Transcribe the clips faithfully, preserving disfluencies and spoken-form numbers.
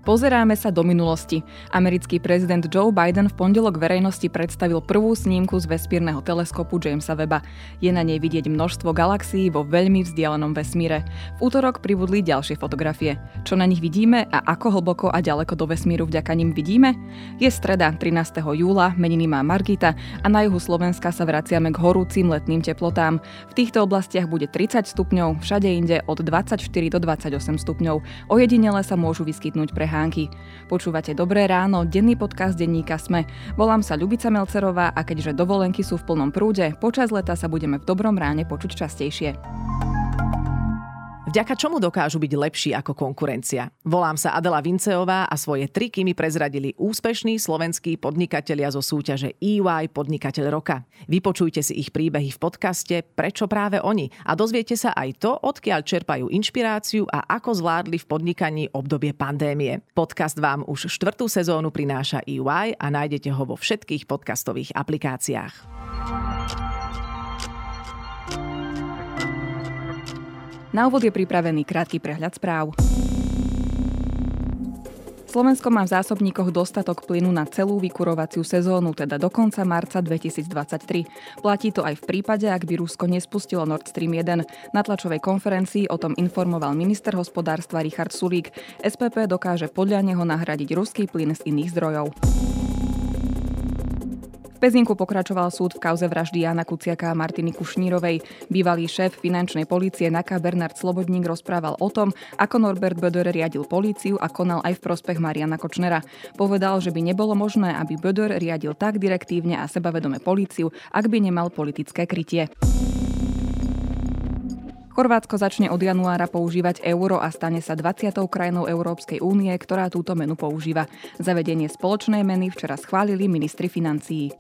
Pozeráme sa do minulosti. Americký prezident Joe Biden v pondelok verejnosti predstavil prvú snímku z vesmírneho teleskopu Jamesa Webba. Je na nej vidieť množstvo galaxií vo veľmi vzdialenom vesmíre. V útorok pribudli ďalšie fotografie. Čo na nich vidíme a ako hlboko a ďaleko do vesmíru vďaka nim vidíme? Je streda, trinásteho júla, meniny má Margita a na juhu Slovenska sa vraciame k horúcim letným teplotám. V týchto oblastiach bude tridsať stupňov, všade inde od dvadsaťštyri do dvadsaťosem stupňov. Ojedinele sa môžu vyskytnúť prehánky. Počúvate Dobré ráno, denný podcast denníka SME. Volám sa Ľubica Melcerová a keďže dovolenky sú v plnom prúde, počas leta sa budeme v Dobrom ráne počuť častejšie. Vďaka čomu dokážu byť lepší ako konkurencia? Volám sa Adela Vinceová a svoje triky mi prezradili úspešní slovenskí podnikatelia zo súťaže é vaj Podnikateľ roka. Vypočujte si ich príbehy v podcaste Prečo práve oni a dozviete sa aj to, odkiaľ čerpajú inšpiráciu a ako zvládli v podnikaní obdobie pandémie. Podcast vám už štvrtú sezónu prináša é vaj a nájdete ho vo všetkých podcastových aplikáciách. Na úvod je pripravený krátky prehľad správ. Slovensko má v zásobníkoch dostatok plynu na celú vykurovaciu sezónu, teda do konca marca dvetisíctridsaťtri. Platí to aj v prípade, ak by Rusko nespustilo Nord Stream jeden. Na tlačovej konferencii o tom informoval minister hospodárstva Richard Sulík. es pé pé dokáže podľa neho nahradiť ruský plyn z iných zdrojov. V Pezinku pokračoval súd v kauze vraždy Jána Kuciaka a Martiny Kušnírovej. Bývalý šéf finančnej polície NAKA Bernard Slobodník rozprával o tom, ako Norbert Böder riadil políciu a konal aj v prospech Mariana Kočnera. Povedal, že by nebolo možné, aby Böder riadil tak direktívne a sebavedome políciu, ak by nemal politické krytie. Chorvátsko začne od januára používať euro a stane sa dvadsiatou krajinou Európskej únie, ktorá túto menu používa. Zavedenie spoločnej meny včera schválili ministri financií.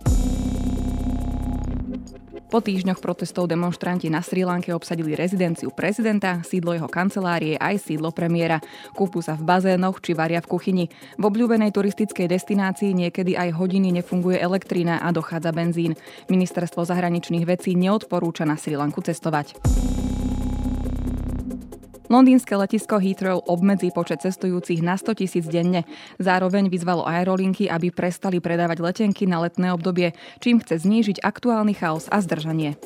Po týždňoch protestov demonštranti na Srí Lanke obsadili rezidenciu prezidenta, sídlo jeho kancelárie aj sídlo premiéra. Kúpu sa v bazénoch či varia v kuchyni. V obľúbenej turistickej destinácii niekedy aj hodiny nefunguje elektrina a dochádza benzín. Ministerstvo zahraničných vecí neodporúča na Srí Lanku cestovať. Londýnske letisko Heathrow obmedzí počet cestujúcich na sto tisíc denne. Zároveň vyzvalo aerolinky, aby prestali predávať letenky na letné obdobie, čím chce znížiť aktuálny chaos a zdržanie.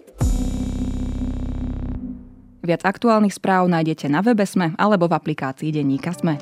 Viac aktuálnych správ nájdete na webe SME alebo v aplikácii denníka SME.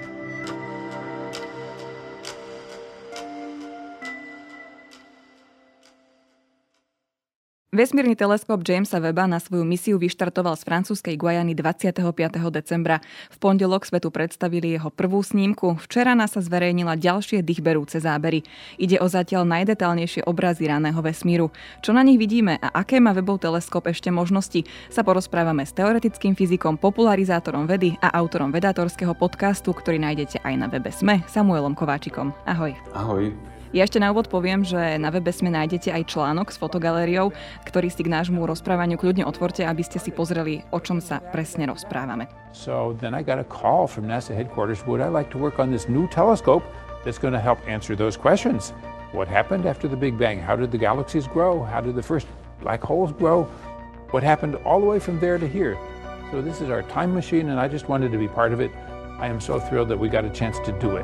Vesmírny teleskop Jamesa Webba na svoju misiu vyštartoval z francúzskej Guajany dvadsiateho piateho decembra. V pondelok svetu predstavili jeho prvú snímku. Včera NASA zverejnila ďalšie dýchberúce zábery. Ide o zatiaľ najdetálnejšie obrazy raného vesmíru. Čo na nich vidíme a aké má Webbov teleskop ešte možnosti, sa porozprávame s teoretickým fyzikom, popularizátorom vedy a autorom vedátorského podcastu, ktorý nájdete aj na webe SME, Samuelom Kováčikom. Ahoj. Ahoj. Ja ešte na úvod poviem, že na webe SME nájdete aj článok s fotogalériou, ktorý si k nášmu rozprávaniu kľudne otvorte, aby ste si pozreli, o čom sa presne rozprávame. So then I got a call from NASA headquarters. Would I like to work on this new telescope that's going to help answer those questions? What happened after the Big Bang? How did the galaxies grow? How did the first black holes grow? What happened all the way from there to here? So this is our time machine, and I just wanted to be part of it. I am so thrilled that we got a chance to do it.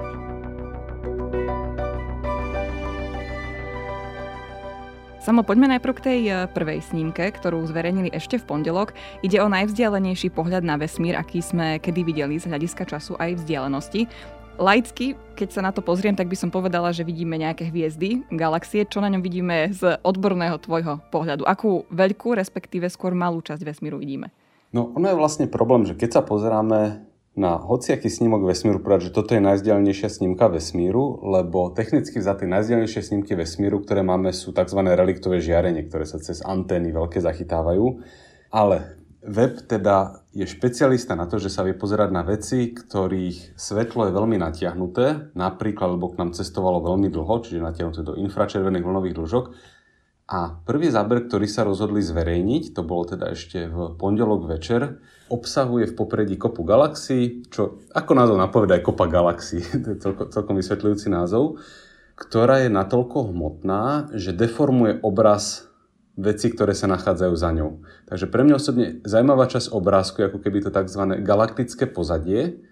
Samo, poďme najprv k tej prvej snímke, ktorú zverejnili ešte v pondelok. Ide o najvzdialenejší pohľad na vesmír, aký sme kedy videli z hľadiska času aj vzdialenosti. Laicky, keď sa na to pozriem, tak by som povedala, že vidíme nejaké hviezdy, galaxie. Čo na ňom vidíme z odborného tvojho pohľadu? Akú veľkú, respektíve skôr malú časť vesmíru vidíme? No, ono je vlastne problém, že keď sa pozeráme na hociaký snímok vesmíru, povedať, že toto je najvzdialenejšia snímka vesmíru, lebo technicky vzaté najvzdialenejšie snímky vesmíru, ktoré máme, sú tzv. Reliktové žiarenie, ktoré sa cez antény veľké zachytávajú. Ale Webb teda je špecialista na to, že sa vie pozerať na veci, ktorých svetlo je veľmi natiahnuté, napríklad, lebo k nám cestovalo veľmi dlho, čiže natiahnuté do infračervených vlnových dĺžok. A prvý záber, ktorý sa rozhodli zverejniť, to bolo teda ešte v pondelok večer, obsahuje v popredí kopu galaxií, čo ako názov napovedá je kopa galaxií, to je celko, celkom vysvetľujúci názov, ktorá je natoľko hmotná, že deformuje obraz veci, ktoré sa nachádzajú za ňou. Takže pre mňa osobne zaujímavá časť obrázku je ako keby to tzv. Galaktické pozadie,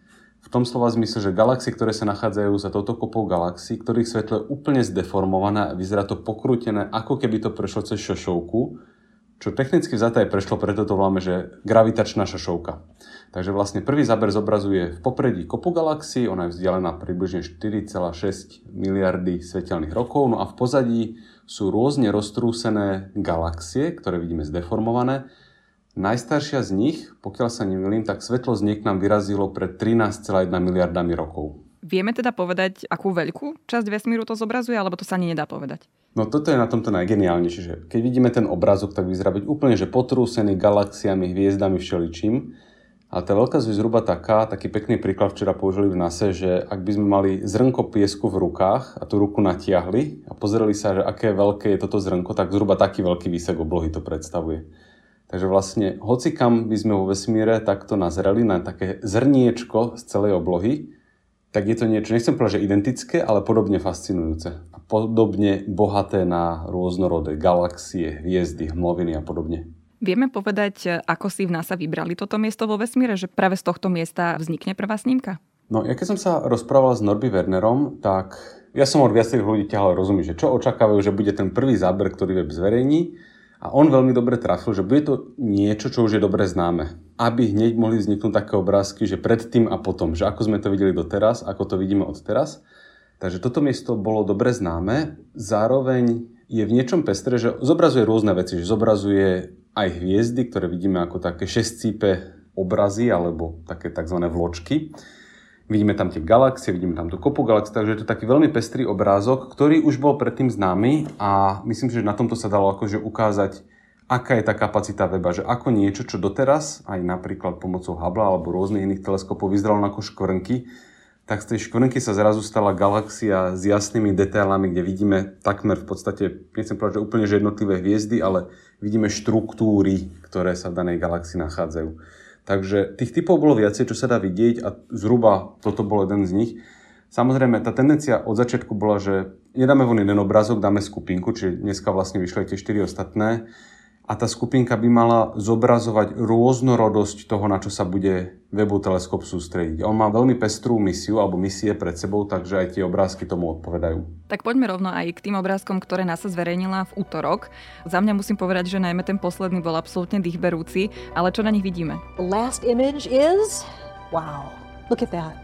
v tom slova zmysle, že galaxie, ktoré sa nachádzajú za touto kopou galaxií, ktorých svetlo je úplne zdeformované a vyzerá to pokrútené, ako keby to prešlo cez šošovku, čo technicky vzaté aj prešlo, preto to voláme, že gravitačná šošovka. Takže vlastne prvý záber zobrazuje v popredí kopu galaxií, ona je vzdialená približne štyri celé šesť miliardy svetelných rokov, no a v pozadí sú rôzne roztrúsené galaxie, ktoré vidíme zdeformované. Najstaršia z nich, pokiaľ sa nemýlim, tak svetlo z nej k nám vyrazilo pred trinásť celá jedna miliardami rokov. Vieme teda povedať, akú veľkú časť vesmíru to zobrazuje, alebo to sa ani nedá povedať? No toto je na tomto najgeniálnejšie, že keď vidíme ten obrázok, tak vyzerá byť úplne že potrúsený galaxiami, hviezdami, všeličím. Ale tá veľkosť je zhruba taká, taký pekný príklad včera použili v nase, že ak by sme mali zrnko piesku v rukách a tú ruku natiahli a pozreli sa, že aké veľké je toto zrnko, tak zhruba taký veľký výsek oblohy to predstavuje. Takže vlastne, hoci kam by sme vo vesmíre takto nazreli na také zrniečko z celej oblohy, tak je to niečo, nechcem povedať, že identické, ale podobne fascinujúce. A podobne bohaté na rôznorodé galaxie, hviezdy, hmloviny a podobne. Vieme povedať, ako si v NASA vybrali toto miesto vo vesmíre, že práve z tohto miesta vznikne prvá snímka? No, ja keď som sa rozprával s Norby Wernerom, tak ja som od viacerých ľudí ťahal rozumieť, že čo očakávajú, že bude ten prvý záber, ktorý web zverejní. A on veľmi dobre trafil, že bude to niečo, čo už je dobre známe. Aby hneď mohli vzniknúť také obrázky, že predtým a potom, že ako sme to videli doteraz, ako to vidíme odteraz. Takže toto miesto bolo dobre známe. Zároveň je v niečom pestré, že zobrazuje rôzne veci, že zobrazuje aj hviezdy, ktoré vidíme ako také šesťcípe obrazy alebo také tzv. Vločky. Vidíme tam tie galaxie, vidíme tam tú kopu galaxií, takže je to taký veľmi pestrý obrázok, ktorý už bol predtým známy a myslím si, že na tomto sa dalo akože ukázať, aká je tá kapacita weba, že ako niečo, čo doteraz, aj napríklad pomocou Hubble alebo rôznych iných teleskopov vyzeralo ako škvrnky, tak z tej škvrnky sa zrazu stala galaxia s jasnými detailami, kde vidíme takmer v podstate, nechcem povedať, že úplne že jednotlivé hviezdy, ale vidíme štruktúry, ktoré sa v danej galaxii nachádzajú. Takže tých typov bolo viacej, čo sa dá vidieť a zhruba toto bol jeden z nich. Samozrejme, tá tendencia od začiatku bola, že nedáme von jeden obrázok, dáme skupinku, čiže dneska vlastne vyšli tie štyri ostatné. A tá skupinka by mala zobrazovať rôznorodosť toho, na čo sa bude Webbov teleskop sústrediť. On má veľmi pestrú misiu alebo misie pred sebou, takže aj tie obrázky tomu odpovedajú. Tak poďme rovno aj k tým obrázkom, ktoré NASA zverejnila v útorok. Za mňa musím povedať, že najmä ten posledný bol absolútne dýchberúci, ale čo na nich vidíme? The last image is... Wow, look at that.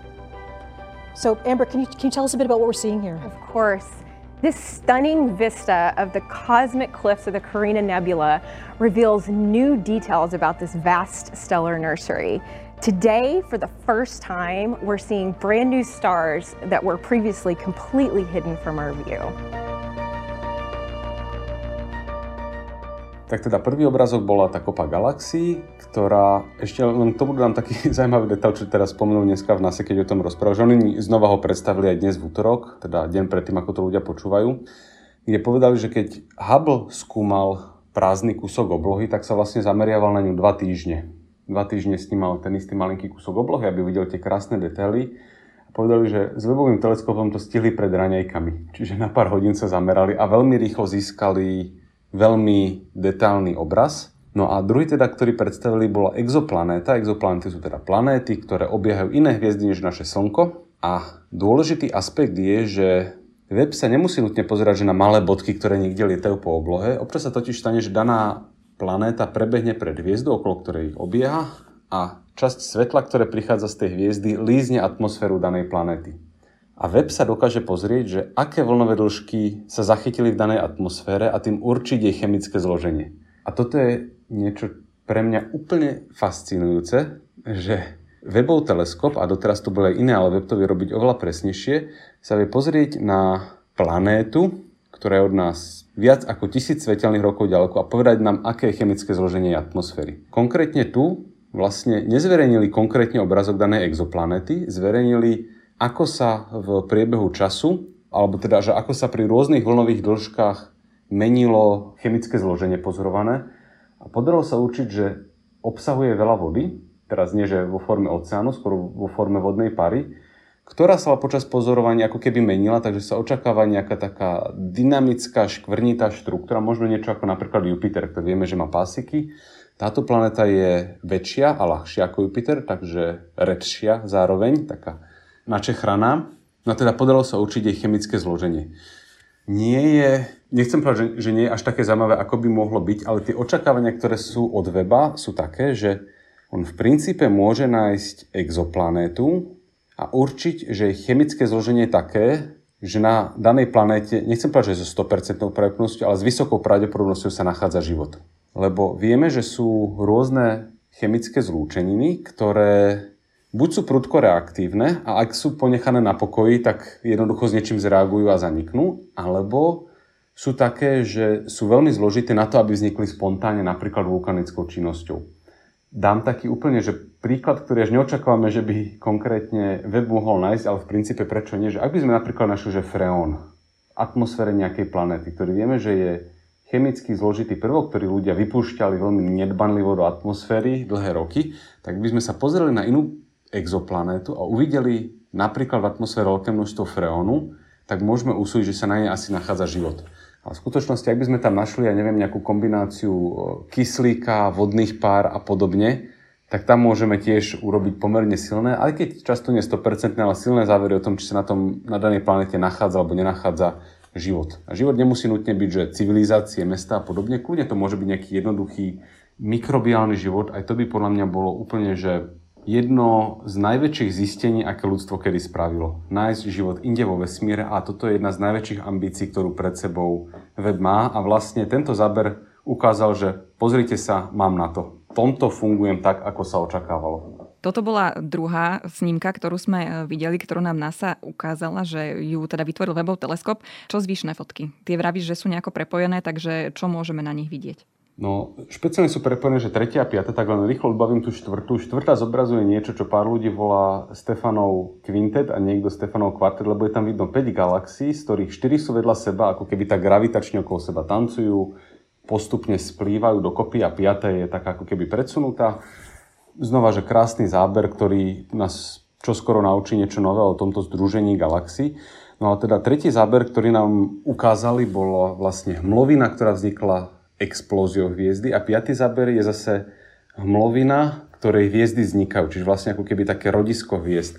So Amber, can you, can you tell us a bit about what we're seeing here? Of course. This stunning vista of the cosmic cliffs of the Carina Nebula reveals new details about this vast stellar nursery. Today, for the first time, we're seeing brand new stars that were previously completely hidden from our view. Tak teda prvý obrázok bola tá kopa galaxií, ktorá, ešte len k tomu dám taký zaujímavý detail, čo teraz spomenul dneska v nase, keď o tom rozprával, že oni znova ho predstavili aj dnes v útorok, teda deň predtým, ako to ľudia počúvajú, kde povedali, že keď Hubble skúmal prázdny kúsok oblohy, tak sa vlastne zameriaval na ňu dva týždne. Dva týždne snímal ten istý malinký kúsok oblohy, aby videl tie krásne detaily. A povedali, že s webovým teleskopom to stihli pred raňajkami. Čiže na pár hodín sa zamerali a veľmi rýchlo získali veľmi detailný obraz. No a druhý teda, ktorý predstavili, bola exoplanéta. Exoplanéty sú teda planéty, ktoré obiehajú iné hviezdy než naše Slnko. A dôležitý aspekt je, že web sa nemusí nutne pozerať, že na malé bodky, ktoré niekde lietajú po oblohe. Občas sa totiž stane, že daná planéta prebehne pred hviezdou, okolo ktorej obieha a časť svetla, ktoré prichádza z tej hviezdy, lízne atmosféru danej planéty. A web sa dokáže pozrieť, že aké vlnové dĺžky sa zachytili v danej atmosfére a tým určiť jej chemické zloženie. A toto je niečo pre mňa úplne fascinujúce, že Webbov teleskop, a doteraz to bolo aj iné, ale web to vie robiť oveľa presnejšie, sa vie pozrieť na planétu, ktorá je od nás viac ako tisíc svetelných rokov ďaleko a povedať nám, aké je chemické zloženie atmosféry. Konkrétne tu vlastne nezverejnili konkrétne obrazok danej exoplanéty, zverejnili, ako sa v priebehu času, alebo teda, že ako sa pri rôznych vlnových dĺžkach menilo chemické zloženie pozorované. A podarilo sa určiť, že obsahuje veľa vody, teraz nie, že vo forme oceánu, skôr vo forme vodnej pary, ktorá sa počas pozorovania ako keby menila, takže sa očakáva nejaká taká dynamická, škvrnitá štruktúra, možno niečo ako napríklad Jupiter, ktorý vieme, že má pásiky. Táto planéta je väčšia a ľahšia ako Jupiter, takže redšia zároveň, taká načechraná. No teda podarilo sa určiť jej chemické zloženie. Nie je, nechcem povedať, že, že nie je až také zaujímavé, ako by mohlo byť, ale tie očakávania, ktoré sú od Webba, sú také, že on v princípe môže nájsť exoplanétu a určiť, že jej chemické zloženie je také, že na danej planéte, nechcem povedať, že so sto percent pravdepodobnosťou, ale s vysokou pravdepodobnosťou sa nachádza život. Lebo vieme, že sú rôzne chemické zlúčeniny, ktoré buď sú prudko reaktívne a ak sú ponechané na pokoji, tak jednoducho s niečím zreagujú a zaniknú, alebo sú také, že sú veľmi zložité na to, aby vznikli spontánne, napríklad vulkanickou činnosťou. Dám taký úplne, že príklad, ktorý až neočakávame, že by konkrétne Webb mohol nájsť, ale v princípe prečo nie, že ak by sme napríklad našli, že freón v atmosfére nejakej planéty, ktorý vieme, že je chemicky zložitý prvok, ktorý ľudia vypúšťali veľmi nedbanlivo do atmosféry dlhé roky, tak by sme sa pozreli na inú exoplanétu a uvideli napríklad v atmosfére veľké množstvo freónu, tak môžeme usúdiť, že sa na nej asi nachádza život. A v skutočnosti, ak by sme tam našli, ja neviem, nejakú kombináciu kyslíka, vodných pár a podobne, tak tam môžeme tiež urobiť pomerne silné, aj keď často nie sto percent, ale silné závery o tom, či sa na tom na danej planete nachádza alebo nenachádza život. A život nemusí nutne byť, že civilizácie, mesta a podobne. Kľudne to môže byť nejaký jednoduchý mikrobiálny život. Aj to by podľa mňa bolo úplne, že jedno z najväčších zistení, aké ľudstvo kedy spravilo. Nájsť život inde vo vesmíre a toto je jedna z najväčších ambícií, ktorú pred sebou Webb má. A vlastne tento záber ukázal, že pozrite sa, mám na to. V tomto fungujem tak, ako sa očakávalo. Toto bola druhá snímka, ktorú sme videli, ktorú nám NASA ukázala, že ju teda vytvoril Webbov teleskop. Čo zvyšné fotky? Tie vravíš, že sú nejako prepojené, takže čo môžeme na nich vidieť? No, špeciálne sú prepojené, že tretia a piata, tak len rýchlo odbavím tú štvrtú. Štvrtá zobrazuje niečo, čo pár ľudí volá Stefanov kvintet a niekto Stefanov kvartet, lebo je tam vidno päť galaxií, z ktorých štyri sú vedľa seba, ako keby tak gravitačne okolo seba tancujú, postupne splývajú dokopy a piata je taká ako keby predsunutá. Znova, že krásny záber, ktorý nás čoskoro naučí niečo nové o tomto združení galaxií. No a teda tretí záber, ktorý nám ukázali, bola vlastne hmlovina, ktorá vznikla explóziou hviezdy. A piatý záber je zase hmlovina, ktorej hviezdy vznikajú. Čiže vlastne ako keby také rodisko hviezd.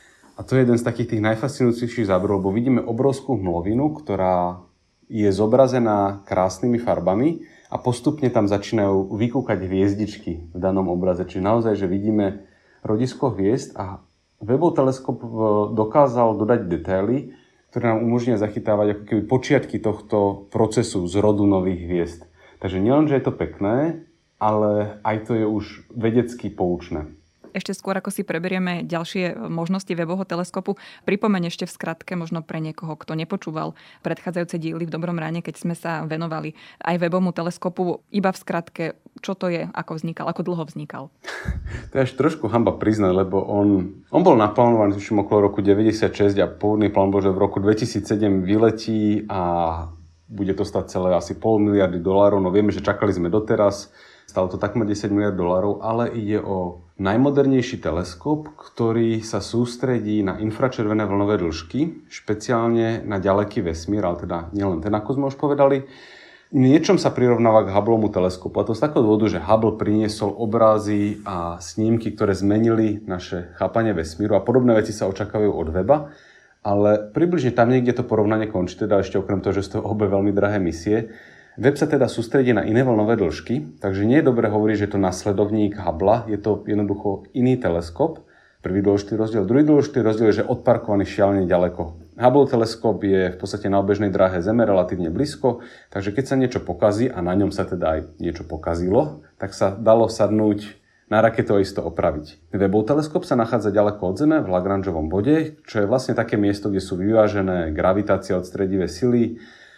A to je jeden z takých tých najfascinujúcejších záberov, lebo vidíme obrovskú hmlovinu, ktorá je zobrazená krásnymi farbami a postupne tam začínajú vykúkať hviezdičky v danom obraze. Čiže naozaj, že vidíme rodisko hviezd a Webbov teleskop dokázal dodať detaily, ktoré nám umožnia zachytávať ako keby počiatky tohto procesu zrodu nových hviezd. Takže nielen, že je to pekné, ale aj to je už vedecky poučné. Ešte skôr, ako si preberieme ďalšie možnosti Webbovho teleskopu, pripomeň ešte v skratke, možno pre niekoho, kto nepočúval predchádzajúce diely v Dobrom ráne, keď sme sa venovali aj Webbovmu teleskopu, iba v skratke, čo to je, ako vznikal, ako dlho vznikal. To je až trošku hanba priznať, lebo on, on bol naplánovaný už okolo roku deväťdesiatšesť a pôvodný plán bol, že v roku dvetisícsedem vyletí a bude to stať celé asi pol miliardy dolárov. No vieme, že čakali sme doteraz. Stalo to takmer desať miliárd dolárov, ale ide o najmodernejší teleskop, ktorý sa sústredí na infračervené vlnové dĺžky, špeciálne na ďaleký vesmír, ale teda nielen ten, ako sme už povedali. Niečom sa prirovnáva k Hubbleovmu teleskopu, a to z takého dôvodu, že Hubble priniesol obrazy a snímky, ktoré zmenili naše chápanie vesmíru a podobné veci sa očakávajú od Webba, ale približne tam niekde to porovnanie končí, teda ešte okrem toho, že sú to obe veľmi drahé misie. Webb sa teda sústredí na iné vlnové dĺžky, takže nie je dobré hovoriť, že je to nasledovník Hubble, je to jednoducho iný teleskop. Prvý dôležitý rozdiel. Druhý dôležitý rozdiel je, že odparkovaný šialene ďaleko. Hubble teleskop je v podstate na obežnej dráhe Zeme relatívne blízko, takže keď sa niečo pokazí, a na ňom sa teda aj niečo pokazilo, tak sa dalo sadnúť na raketu a isto opraviť. Webbov teleskop sa nachádza ďaleko od Zeme, v Lagrangeovom bode, čo je vlastne také miesto, kde sú vyvážené gravitácia od stredivé sily,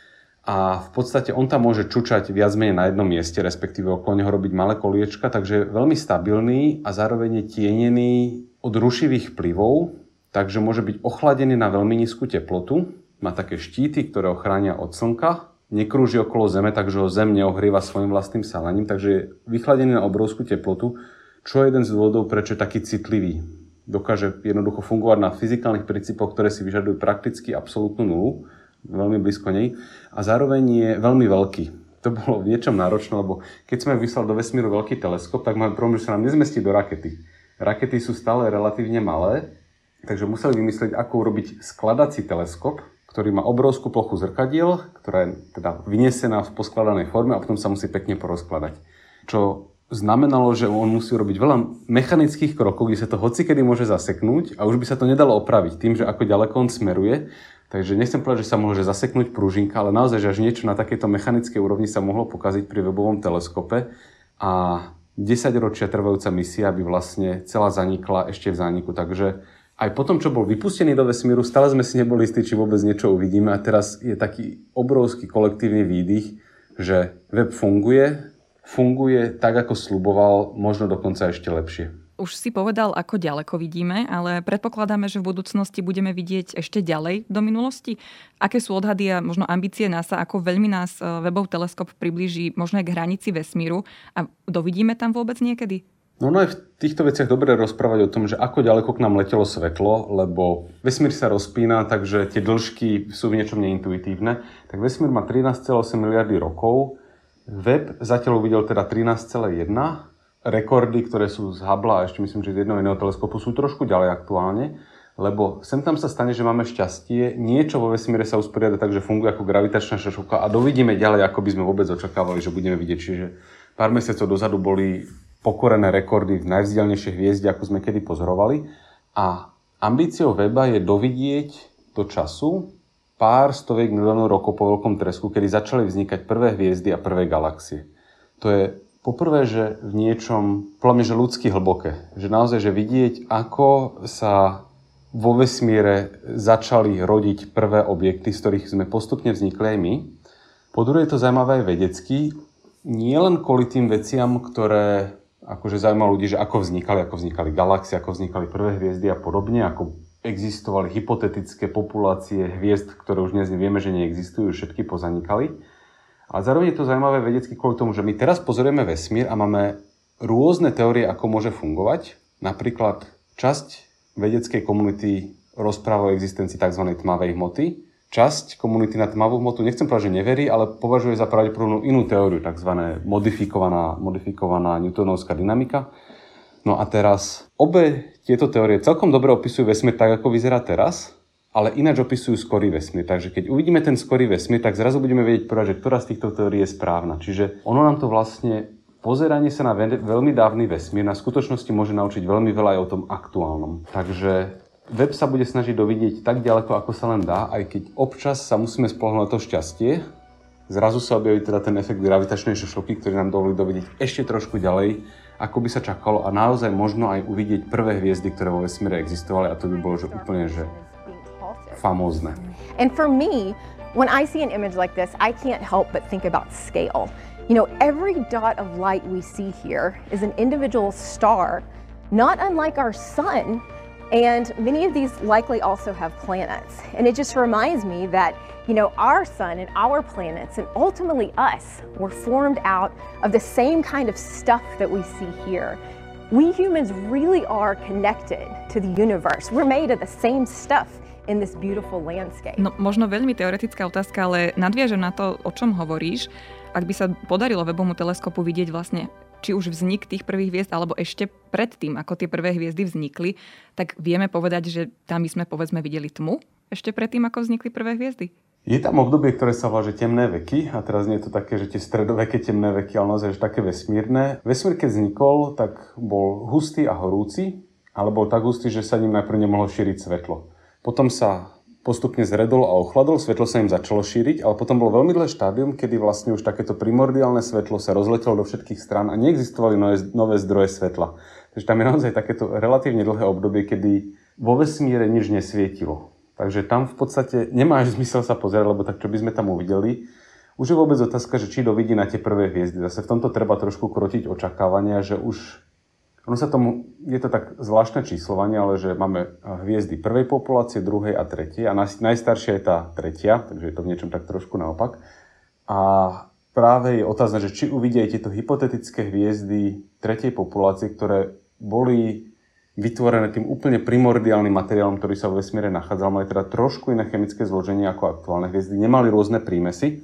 a v podstate on tam môže čučať viac menej na jednom mieste, respektíve okolo neho robiť malé koliečka, takže je veľmi stabilný a zároveň je tienený od rušivých vplyvov, takže môže byť ochladený na veľmi nízku teplotu. Má také štíty, ktoré ho chránia od slnka, nekrúži okolo Zeme, takže ho Zem neohrieva svojim vlastným salaním, takže je vychladený na obrovskú teplotu, čo je jeden z dôvodov, prečo je taký citlivý. Dokáže jednoducho fungovať na fyzikálnych princípoch, ktoré si vyžadujú prakticky absolútnu nulu, veľmi blízko nej, a zároveň je veľmi veľký. to bolo v niečom náročné, lebo keď sme vyslali do vesmíru veľký teleskop, tak máme problém, že sa nám nezmestí do rakety. Rakety sú stále relatívne malé, takže museli vymyslieť, ako urobiť skladací teleskop, ktorý má obrovskú plochu zrkadiel, ktorá je teda vyniesená v poskladanej forme a potom sa musí pekne porozkladať. Čo znamenalo, že on musí robiť veľa mechanických krokov, kde sa to hocikedy môže zaseknúť a už by sa to nedalo opraviť tým, že ako ďaleko on smeruje. Takže nechcem povedať, že sa môže zaseknúť prúžinka, ale naozaj, že až niečo na takejto mechanickej úrovni sa mohlo pokaziť pri webovom teleskope a desaťročia trvajúca misia by vlastne celá zanikla ešte v zániku. Takže aj potom, čo bol vypustený do vesmíru, stále sme si neboli istí, či vôbec niečo uvidíme a teraz je taký obrovský kolektívny výdych, že web funguje, funguje tak, ako sľuboval, možno dokonca ešte lepšie. Už si povedal, ako ďaleko vidíme, ale predpokladáme, že v budúcnosti budeme vidieť ešte ďalej do minulosti. Aké sú odhady a možno ambície NASA, ako veľmi nás webov teleskop priblíži možno aj k hranici vesmíru a dovidíme tam vôbec niekedy? No, no je v týchto veciach dobre rozprávať o tom, že ako ďaleko k nám letelo svetlo, lebo vesmír sa rozpína, takže tie dĺžky sú v niečom neintuitívne. Tak vesmír má trinásť celá osem miliardy rokov, web zatiaľ uvidel teda trinásť celá jedna, rekordy, ktoré sú z Hubble a ešte myslím, že z jedného iného teleskopu sú trošku ďalej aktuálne, lebo sem tam sa stane, že máme šťastie, niečo vo vesmíre sa usporiada tak, že funguje ako gravitačná šašovka a dovidíme ďalej, ako by sme vôbec očakávali, že budeme vidieť. Čiže pár mesiacov dozadu boli pokorené rekordy v najvzdialnejšej hviezde, ako sme kedy pozorovali. A ambíciou weba je dovidieť do času pár stoviek miliónov rokov po veľkom tresku, kedy začali vznikať prvé hviezdy a prvé galaxie. To je poprvé, že v niečom, podľa mňa, že ľudsky hlboké. Že naozaj, že vidieť, ako sa vo vesmíre začali rodiť prvé objekty, z ktorých sme postupne vznikli aj my. Po druhé je to zaujímavé aj vedecky, nie len kvôli tým veciam, ktoré akože zaujímalo ľudí, že ako vznikali, ako vznikali galaxie, ako vznikali prvé hviezdy a podobne, ako existovali hypotetické populácie hviezd, ktoré už dnes vieme, že neexistujú, všetky pozanikali. Ale zároveň je to zaujímavé vedecky kvôli tomu, že my teraz pozorujeme vesmír a máme rôzne teórie, ako môže fungovať. Napríklad časť vedeckej komunity rozpráva o existencii tzv. Tmavej hmoty. Časť komunity na tmavú hmotu, nechcem povedať, že neverí, ale považuje za pravdepodobnú inú teóriu, tzv. modifikovaná, modifikovaná newtonovská dynamika. No a teraz obe tieto teórie celkom dobre opisujú vesmír tak, ako vyzerá teraz, ale ináč opisujú skorý vesmír. Takže keď uvidíme ten skorý vesmír, tak zrazu budeme vedieť povedať, že ktorá z týchto teórií je správna. Čiže ono nám to vlastne pozeranie sa na veľmi dávny vesmír na skutočnosti môže naučiť veľmi veľa aj o tom aktuálnom. Takže web sa bude snažiť dovidieť tak ďaleko, ako sa len dá, aj keď občas sa musíme spoľahnúť na to šťastie. Zrazu sa objaví teda ten efekt gravitačnej šošovky, ktorý nám dovolí dovidieť ešte trošku ďalej, ako by sa čakalo a naozaj možno aj uvidieť prvé hviezdy, ktoré vo vesmíre existovali a to by bolo že úplne že famózne. And for me, when I see an image like this, I can't help but think about scale. You know, every dot of light we see here is an individual star, not unlike our sun. And many of these likely also have planets. And it just reminds me that, you know, our sun and our planets and ultimately us were formed out of the same kind of stuff that we see here. We humans really are connected to the universe. We're made of the same stuff in this beautiful landscape. No, možno veľmi teoretická otázka, ale nadviažem na to, o čom hovoríš. Ak by sa podarilo webovému teleskopu vidieť vlastne či už vznik tých prvých hviezd, alebo ešte predtým, ako tie prvé hviezdy vznikli, tak vieme povedať, že tam by sme povedzme videli tmu ešte predtým, ako vznikli prvé hviezdy? Je tam obdobie, ktoré sa volá, že temné veky, a teraz nie je to také, že tie stredoveké temné veky, ale naozaj, že také vesmírne. Vesmír, keď vznikol, tak bol hustý a horúci, ale bol tak hustý, že sa ním najprv nemohlo šíriť svetlo. Potom sa postupne zredol a ochladol, svetlo sa im začalo šíriť, ale potom bolo veľmi dlhé štádium, kedy vlastne už takéto primordiálne svetlo sa rozletelo do všetkých strán a neexistovali nové, nové zdroje svetla. Takže tam je naozaj takéto relatívne dlhé obdobie, kedy vo vesmíre nič nesvietilo. Takže tam v podstate nemá až zmysel sa pozerať, lebo tak čo by sme tam uvideli. Už je vôbec otázka, že či dovidí na tie prvé hviezdy. Zase v tomto treba trošku krotiť očakávania, že už ono sa tomu, je to tak zvláštne číslovanie, ale že máme hviezdy prvej populácie, druhej a tretej a najstaršia je tá tretia, takže je to v niečom tak trošku naopak. A práve je otázne, že či uvidia aj tieto hypotetické hviezdy tretej populácie, ktoré boli vytvorené tým úplne primordiálnym materiálom, ktorý sa vo vesmíre nachádzal, mali teda trošku iné chemické zloženie ako aktuálne hviezdy, nemali rôzne prímesy.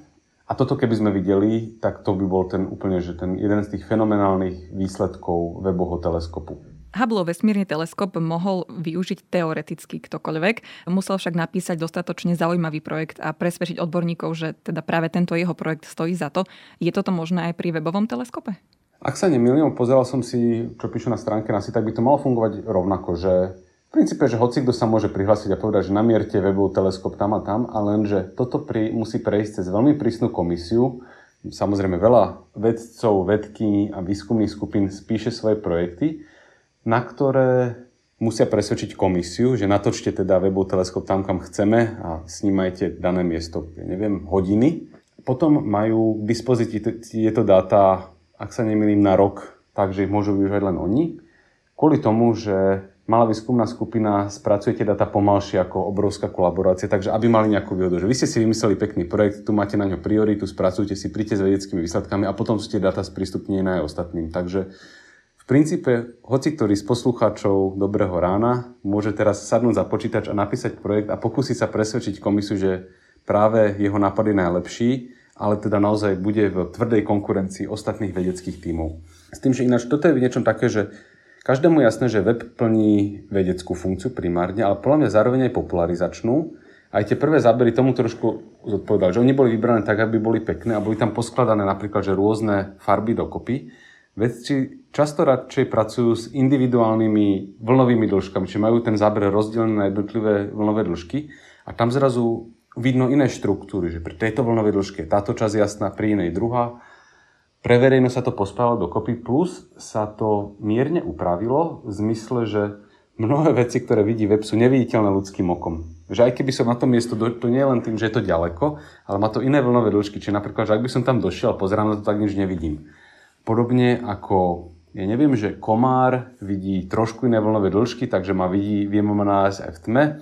A toto keby sme videli, tak to by bol ten úplne, že ten jeden z tých fenomenálnych výsledkov Webbovho teleskopu. Hubbleov vesmírny teleskop mohol využiť teoreticky ktokoľvek, musel však napísať dostatočne zaujímavý projekt a presvedčiť odborníkov, že teda práve tento jeho projekt stojí za to. Je toto možné aj pri Webbovom teleskope? Ak sa nemýlim, pozeral som si, čo píšu na stránke NASA, tak by to malo fungovať rovnako, že v princípe, že hoci kto sa môže prihlásiť a povedať, že namierte Webbov teleskop tam a tam, ale lenže toto pri, musí prejsť cez veľmi prísnu komisiu. Samozrejme veľa vedcov, vedkyň a výskumných skupín spíše svoje projekty, na ktoré musia presvedčiť komisiu, že natočte teda Webbov teleskop tam, kam chceme a snímajte dané miesto, ja neviem, hodiny. Potom majú k dispozícii tieto dáta, ak sa nemýlim, na rok, takže ich môžu využívať len oni. Kvôli tomu, že malá výskumná skupina spracuje tie dáta pomalšie ako obrovská kolaborácia, takže aby mali nejakú výhodu, že vy ste si vymysleli pekný projekt, tu máte na ňo prioritu, spracujte si, príďte s vedeckými výsledkami a potom sú tie dáta sprístupnené aj ostatným. Takže v princípe, hoci ktorý z poslucháčov Dobrého rána môže teraz sadnúť za počítač a napísať projekt a pokúsiť sa presvedčiť komisiu, že práve jeho nápad je najlepší, ale teda naozaj bude v tvrdej konkurencii ostatných vedeckých tímov. S tým, že ináč toto je v niečom také, že každému jasné, že web plní vedeckú funkciu primárne, ale podľa mňa zároveň aj popularizačnú. Aj tie prvé zábery tomu trošku zodpovedali, že oni boli vybrané tak, aby boli pekné a boli tam poskladané napríklad, že rôzne farby dokopy. Vedci často radšej pracujú s individuálnymi vlnovými dĺžkami, čiže majú ten záber rozdelený na jednotlivé vlnové dĺžky a tam zrazu vidno iné štruktúry, že pri tejto vlnovej dĺžke je táto časť jasná, pri inej druhá. Pre verejnosť sa to pospávalo dokopy, plus sa to mierne upravilo v zmysle, že mnohé veci, ktoré vidí web, sú neviditeľné ľudským okom. Že aj keby som na to miesto, to nie je len tým, že je to ďaleko, ale má to iné vlnové dĺžky. Čiže napríklad, že ak by som tam došiel a pozerám na to, tak nič nevidím. Podobne ako, ja neviem, že komár vidí trošku iné vlnové dĺžky, takže ma vidí, vie ma nájsť aj v tme.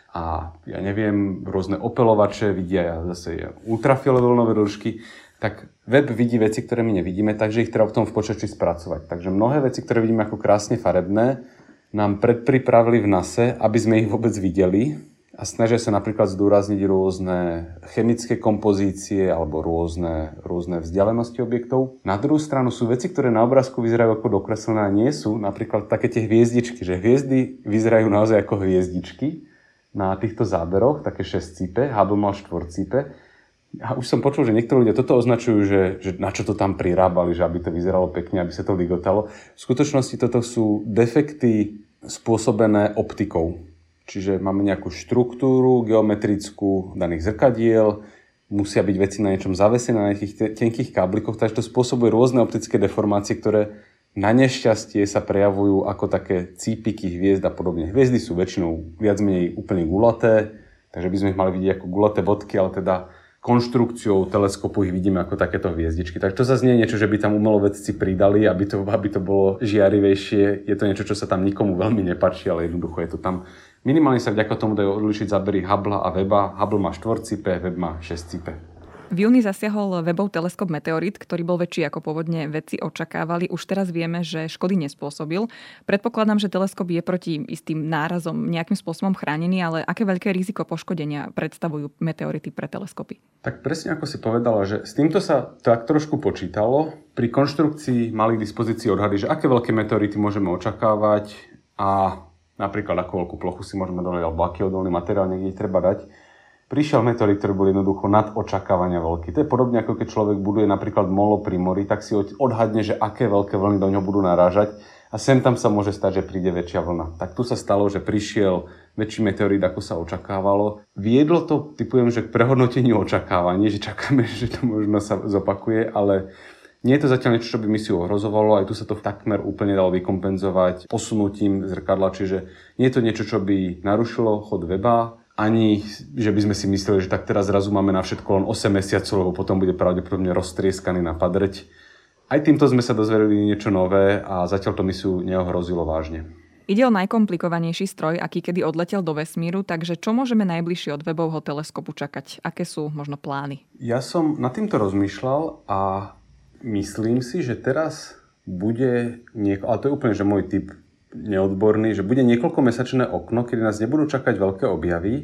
A ja neviem, rôzne opelovače vidia zase ultrafialové vlnové dĺžky. Tak web vidí veci, ktoré my nevidíme, takže ich treba v tom v počítači spracovať. Takže mnohé veci, ktoré vidíme ako krásne farebné, nám predpripravili v nase, aby sme ich vôbec videli a snažia sa napríklad zdôrazniť rôzne chemické kompozície alebo rôzne, rôzne vzdialenosti objektov. Na druhú stranu sú veci, ktoré na obrázku vyzerajú ako dokreslené a nie sú, napríklad také tie hviezdičky, že hviezdy vyzerajú naozaj ako hviezdičky na týchto záberoch, také šesťcípe, Hubble mal štvorcípe. A už som počul, že niektorí ľudia toto označujú, že, že na čo to tam prirábali, že aby to vyzeralo pekne, aby sa to ligotalo. V skutočnosti toto sú defekty spôsobené optikou. Čiže máme nejakú štruktúru geometrickú daných zrkadiel, musia byť veci na niečom zavesené, na nejakých tenkých káblikoch, takže to spôsobuje rôzne optické deformácie, ktoré na nešťastie sa prejavujú ako také cípiky hviezd a podobne. Hviezdy sú väčšinou viac menej úplne gulaté, takže by sme ich mali vidieť ako gulaté bodky, ale teda konštrukciou teleskopu ich vidíme ako takéto hviezdičky. Tak to zase nie je niečo, že by tam umelo vedci pridali, aby to, aby to bolo žiarivejšie. Je to niečo, čo sa tam nikomu veľmi nepáči, ale jednoducho je to tam. Minimálne sa vďaka tomu dajú odlišiť zábery Hubble a Webba. Hubble má štvorcípe, Webb má šesťcípe. V júni zasiahol Webbov teleskop Meteorit, ktorý bol väčší ako pôvodne vedci očakávali. Už teraz vieme, že škody nespôsobil. Predpokladám, že teleskop je proti istým nárazom nejakým spôsobom chránený, ale aké veľké riziko poškodenia predstavujú meteority pre teleskopy? Tak presne ako si povedala, že s týmto sa tak trošku počítalo. Pri konštrukcii mali k dispozícii odhady, že aké veľké meteority môžeme očakávať a napríklad akú veľkú plochu si môžeme doliť alebo aký odolný materiál niekde treba dať. Prišiel meteorit, ktorý bol jednoducho nad očakávania veľký. To je podobne ako keď človek buduje napríklad molo pri mori, tak si odhadne, že aké veľké vlny do ňoho budú narážať a sem tam sa môže stať, že príde väčšia vlna. Tak tu sa stalo, že prišiel väčší meteorit, ako sa očakávalo. Viedlo to, typujem, že k prehodnoteniu očakávaní, že čakáme, že to možno sa zopakuje, ale nie je to zatiaľ niečo, čo by misiu ohrozovalo, aj tu sa to takmer úplne dalo vykompenzovať posunutím zrkadla, čiže nie je to niečo, čo by narušilo chod weba, ani, že by sme si mysleli, že tak teraz zrazu máme na všetko len osem mesiacov, lebo potom bude pravdepodobne roztrieskaný na padreť. Aj týmto sme sa dozvedeli niečo nové a zatiaľ to misiu neohrozilo vážne. Ide o najkomplikovanejší stroj, aký kedy odletel do vesmíru, takže čo môžeme najbližšie od Webbovho teleskopu čakať? Aké sú možno plány? Ja som nad týmto rozmýšľal a myslím si, že teraz bude nieko... ale to je úplne že môj tip neodborný, že bude niekoľkomesačné okno, kedy nás nebudú čakať veľké objavy,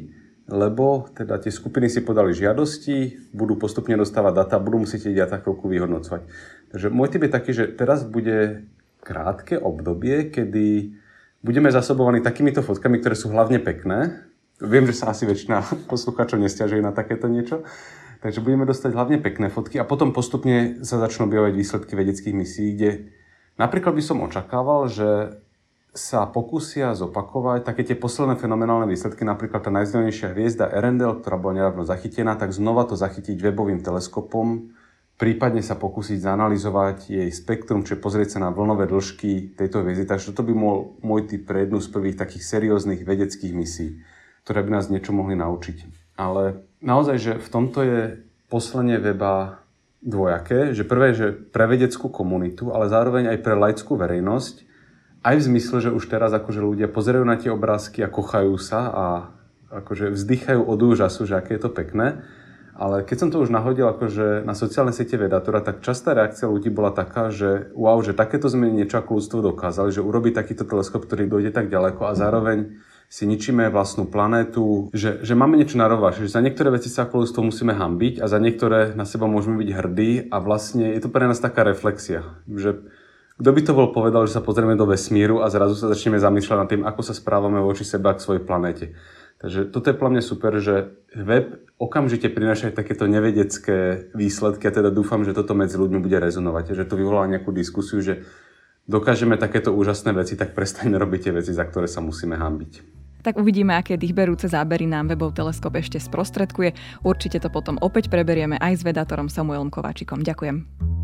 lebo teda tie skupiny si podali žiadosti, budú postupne dostávať data, budú musieť tie data chvíľku vyhodnocovať. Takže môj tip je taký, že teraz bude krátke obdobie, kedy budeme zasobovaní takýmito fotkami, ktoré sú hlavne pekné. Viem, že sa asi väčšina poslucháčov nesťažuje na takéto niečo. Takže budeme dostať hlavne pekné fotky a potom postupne sa začnú objavovať výsledky vedeckých misií, kde napríklad by som očakával, že sa pokúsia zopakovať také tie posledné fenomenálne výsledky, napríklad tá najvzdialenejšia hviezda Earendel, ktorá bola nedávno zachytená, tak znova to zachytiť webovým teleskopom, prípadne sa pokúsiť zanalizovať jej spektrum, čiže pozrieť sa na vlnové dĺžky tejto hviezdy. Takže toto by bol môj tip pre jednu z prvých takých serióznych vedeckých misií, ktoré by nás niečo mohli naučiť. Ale naozaj, že v tomto je poslanie weba dvojaké, že prvé, že pre vedeckú komunitu, ale zároveň aj pre laickú verejnosť, aj v zmysle, že už teraz akože ľudia pozerajú na tie obrázky a kochajú sa a akože vzdychajú od úžasu, že aké je to pekné. Ale keď som to už nahodil akože na sociálne siete Vedatora, tak častá reakcia ľudí bola taká, že wow, že takéto sme niečo ako ľudstvo dokázali, že urobiť takýto teleskop, ktorý dojde tak ďaleko a zároveň si ničíme vlastnú planétu, že, že máme niečo narovať, že za niektoré veci sa ako ľudstvo musíme hanbiť a za niektoré na seba môžeme byť hrdí a vlastne je to pre nás taká reflexia, že kto by to bol povedal, že sa pozrieme do vesmíru a zrazu sa začneme zamýšľať nad tým, ako sa správame voči sebe a k svojej planéte. Takže toto je pre mňa super, že web okamžite prináša takéto nevedecké výsledky a teda dúfam, že toto medzi ľuďmi bude rezonovať, že to vyvolá nejakú diskusiu, že dokážeme takéto úžasné veci, tak prestaňme robiť tie veci, za ktoré sa musíme hanbiť. Tak uvidíme, aké dýchberúce zábery nám webov teleskop ešte sprostredkuje. Určite to potom opäť preberieme aj s vedátorom Samuelom Kováčikom. Ďakujem.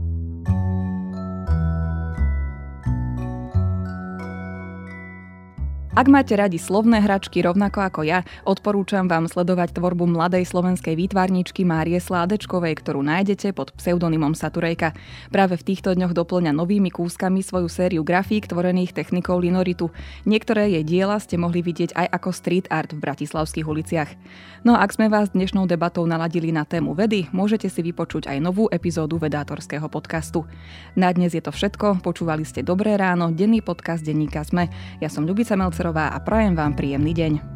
Ak máte radi slovné hračky rovnako ako ja, odporúčam vám sledovať tvorbu mladej slovenskej výtvarníčky Márie Sládečkovej, ktorú nájdete pod pseudonymom Saturejka. Práve v týchto dňoch doplňa novými kúskami svoju sériu grafík tvorených technikou linoritu. Niektoré jej diela ste mohli vidieť aj ako street art v bratislavských uliciach. No a ak sme vás dnešnou debatou naladili na tému vedy, môžete si vypočuť aj novú epizódu vedátorského podcastu. Na dnes je to všetko, počúvali ste Dobré ráno, denný podcast denníka SME. Ja som Ľubica Melcerová a prajem vám príjemný deň.